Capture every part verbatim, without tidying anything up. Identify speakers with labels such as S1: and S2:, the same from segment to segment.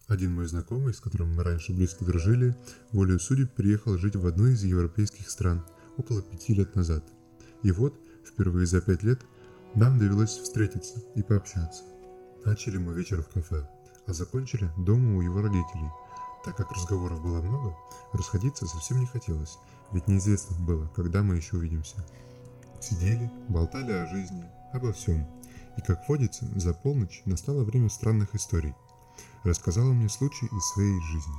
S1: Один мой знакомый, с которым мы раньше близко дружили, волею судеб переехал жить в одну из европейских стран около пяти лет назад. И вот, впервые за пять лет, нам довелось встретиться и пообщаться. Начали мы вечер в кафе, а закончили дома у его родителей. Так как разговоров было много, расходиться совсем не хотелось, ведь неизвестно было, когда мы еще увидимся. Сидели, болтали о жизни, обо всем. И, как водится, за полночь настало время странных историй. Рассказал он мне случай из своей жизни.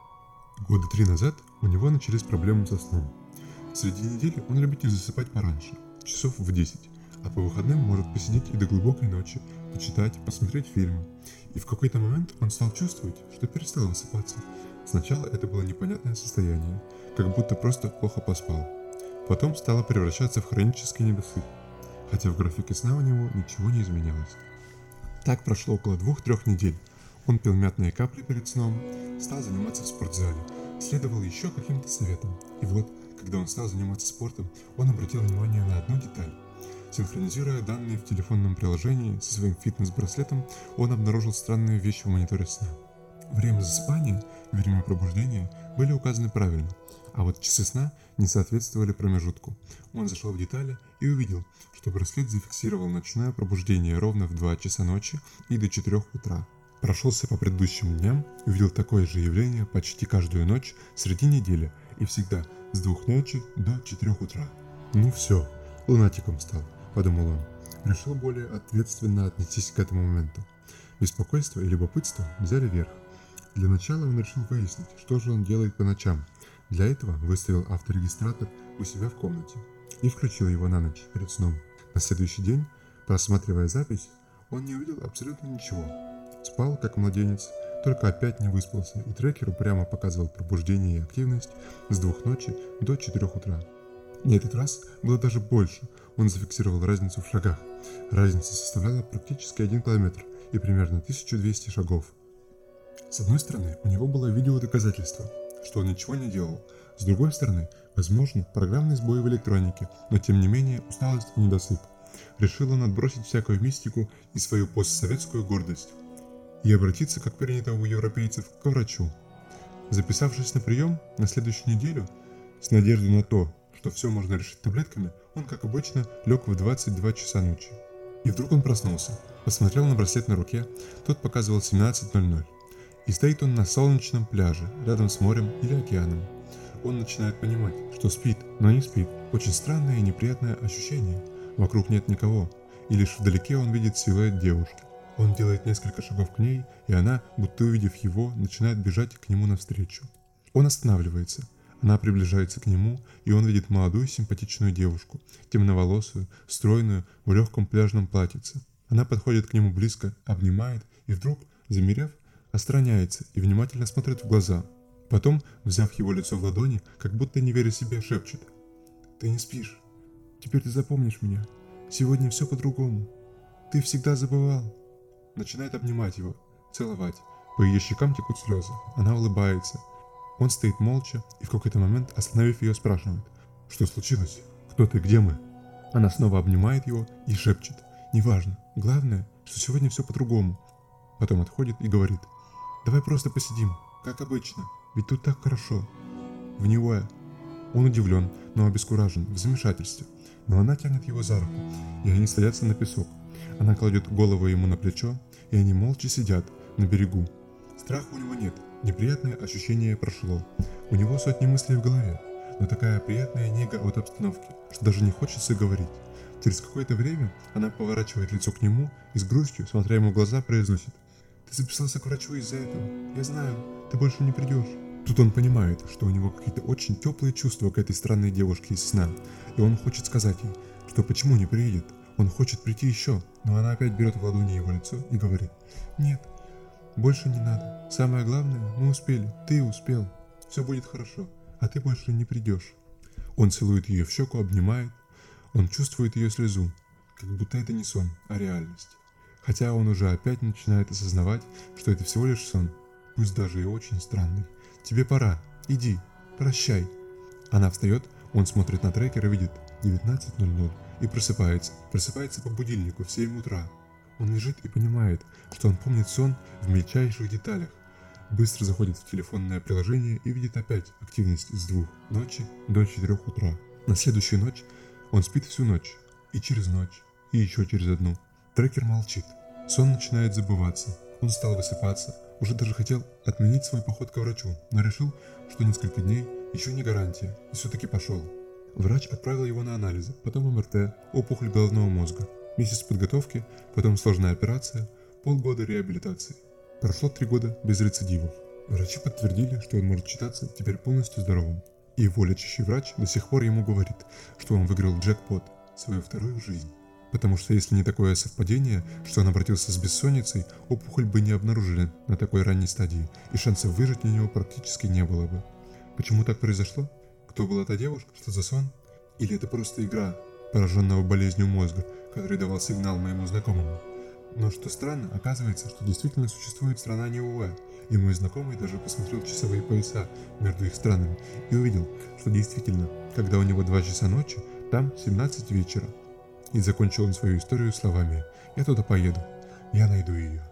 S1: Года три назад у него начались проблемы со сном. Среди недели он любит засыпать пораньше, часов в десять, а по выходным может посидеть и до глубокой ночи, почитать, посмотреть фильмы. И в какой-то момент он стал чувствовать, что перестал высыпаться. Сначала это было непонятное состояние, как будто просто плохо поспал. Потом стало превращаться в хронический недосып, хотя в графике сна у него ничего не изменялось. Так прошло около двух-трех недель. Он пил мятные капли перед сном, стал заниматься в спортзале, следовал еще каким-то советам. И вот, когда он стал заниматься спортом, он обратил внимание на одну деталь. Синхронизируя данные в телефонном приложении со своим фитнес-браслетом, он обнаружил странную вещь в мониторе сна. Время засыпания и время пробуждения были указаны правильно, а вот часы сна не соответствовали промежутку. Он зашел в детали и увидел, что браслет зафиксировал ночное пробуждение ровно в два часа ночи и до четырёх утра. Прошелся по предыдущим дням и увидел такое же явление почти каждую ночь среди недели и всегда с двух ночи до четырёх утра. «Ну все, лунатиком стал», — подумал он. Решил более ответственно отнестись к этому моменту. Беспокойство и любопытство взяли верх. Для начала он решил выяснить, что же он делает по ночам. Для этого выставил авторегистратор у себя в комнате и включил его на ночь перед сном. На следующий день, просматривая запись, он не увидел абсолютно ничего. Спал как младенец, только опять не выспался, и трекер упрямо показывал пробуждение и активность с двух ночи до четырёх утра. На этот раз было даже больше, он зафиксировал разницу в шагах. Разница составляла практически один километр и примерно тысячу двести шагов. С одной стороны, у него было видеодоказательство, что он ничего не делал. С другой стороны, возможно, программный сбой в электронике, но тем не менее усталость и недосып. Решил он отбросить всякую мистику и свою постсоветскую гордость и обратиться, как принято у европейцев, к врачу. Записавшись на прием на следующую неделю, с надеждой на то, что все можно решить таблетками, он, как обычно, лег в двадцать два часа ночи. И вдруг он проснулся, посмотрел на браслет на руке, тот показывал семнадцать ноль ноль. И стоит он на солнечном пляже, рядом с морем или океаном. Он начинает понимать, что спит, но не спит. Очень странное и неприятное ощущение. Вокруг нет никого, и лишь вдалеке он видит силуэт девушки. Он делает несколько шагов к ней, и она, будто увидев его, начинает бежать к нему навстречу. Он останавливается. Она приближается к нему, и он видит молодую симпатичную девушку, темноволосую, стройную, в легком пляжном платьице. Она подходит к нему близко, обнимает, и вдруг, замерев, отстраняется и внимательно смотрит в глаза. Потом, взяв его лицо в ладони, как будто не веря себе, шепчет: «Ты не спишь. Теперь ты запомнишь меня. Сегодня все по-другому. Ты всегда забывал». Начинает обнимать его, целовать. По ее щекам текут слезы. Она улыбается. Он стоит молча и в какой-то момент, остановив ее, спрашивает: «Что случилось? Кто ты? Где мы?» Она снова обнимает его и шепчет: «Неважно. Главное, что сегодня все по-другому». Потом отходит и говорит: «Давай просто посидим, как обычно, ведь тут так хорошо». В него он удивлен, но обескуражен, в замешательстве. Но она тянет его за руку, и они садятся на песок. Она кладет голову ему на плечо, и они молча сидят на берегу. Страха у него нет, неприятное ощущение прошло. У него сотни мыслей в голове, но такая приятная нега от обстановки, что даже не хочется говорить. Через какое-то время она поворачивает лицо к нему и с грустью, смотря ему в глаза, произносит: «Ты записался к врачу из-за этого. Я знаю, ты больше не придешь». Тут он понимает, что у него какие-то очень теплые чувства к этой странной девушке из сна, и он хочет сказать ей, что почему не приедет. Он хочет прийти еще, но она опять берет в ладони его лицо и говорит: «Нет, больше не надо. Самое главное, мы успели, ты успел. Все будет хорошо, а ты больше не придешь». Он целует ее в щеку, обнимает. Он чувствует ее слезу, как будто это не сон, а реальность. Хотя он уже опять начинает осознавать, что это всего лишь сон, пусть даже и очень странный. «Тебе пора, иди, прощай». Она встает, он смотрит на трекер и видит девятнадцать ноль ноль и просыпается. Просыпается по будильнику в семь утра. Он лежит и понимает, что он помнит сон в мельчайших деталях. Быстро заходит в телефонное приложение и видит опять активность с двух ночи до четырёх утра. На следующую ночь он спит всю ночь, и через ночь, и еще через одну. Трекер молчит. Сон начинает забываться. Он стал высыпаться, уже даже хотел отменить свой поход к врачу, но решил, что несколько дней еще не гарантия, и все-таки пошел. Врач отправил его на анализы, потом эм эр тэ, опухоль головного мозга, месяц подготовки, потом сложная операция, полгода реабилитации. Прошло три года без рецидивов. Врачи подтвердили, что он может считаться теперь полностью здоровым. И его лечащий врач до сих пор ему говорит, что он выиграл джекпот, свою вторую жизнь. Потому что если не такое совпадение, что он обратился с бессонницей, опухоль бы не обнаружили на такой ранней стадии, и шансов выжить у него практически не было бы. Почему так произошло? Кто была та девушка? Что за сон? Или это просто игра пораженного болезнью мозга, который давал сигнал моему знакомому? Но что странно, оказывается, что действительно существует страна Ниуэ, и мой знакомый даже посмотрел часовые пояса между их странами и увидел, что действительно, когда у него два часа ночи, там семнадцать вечера. И закончил он свою историю словами: «Я туда поеду, я найду ее».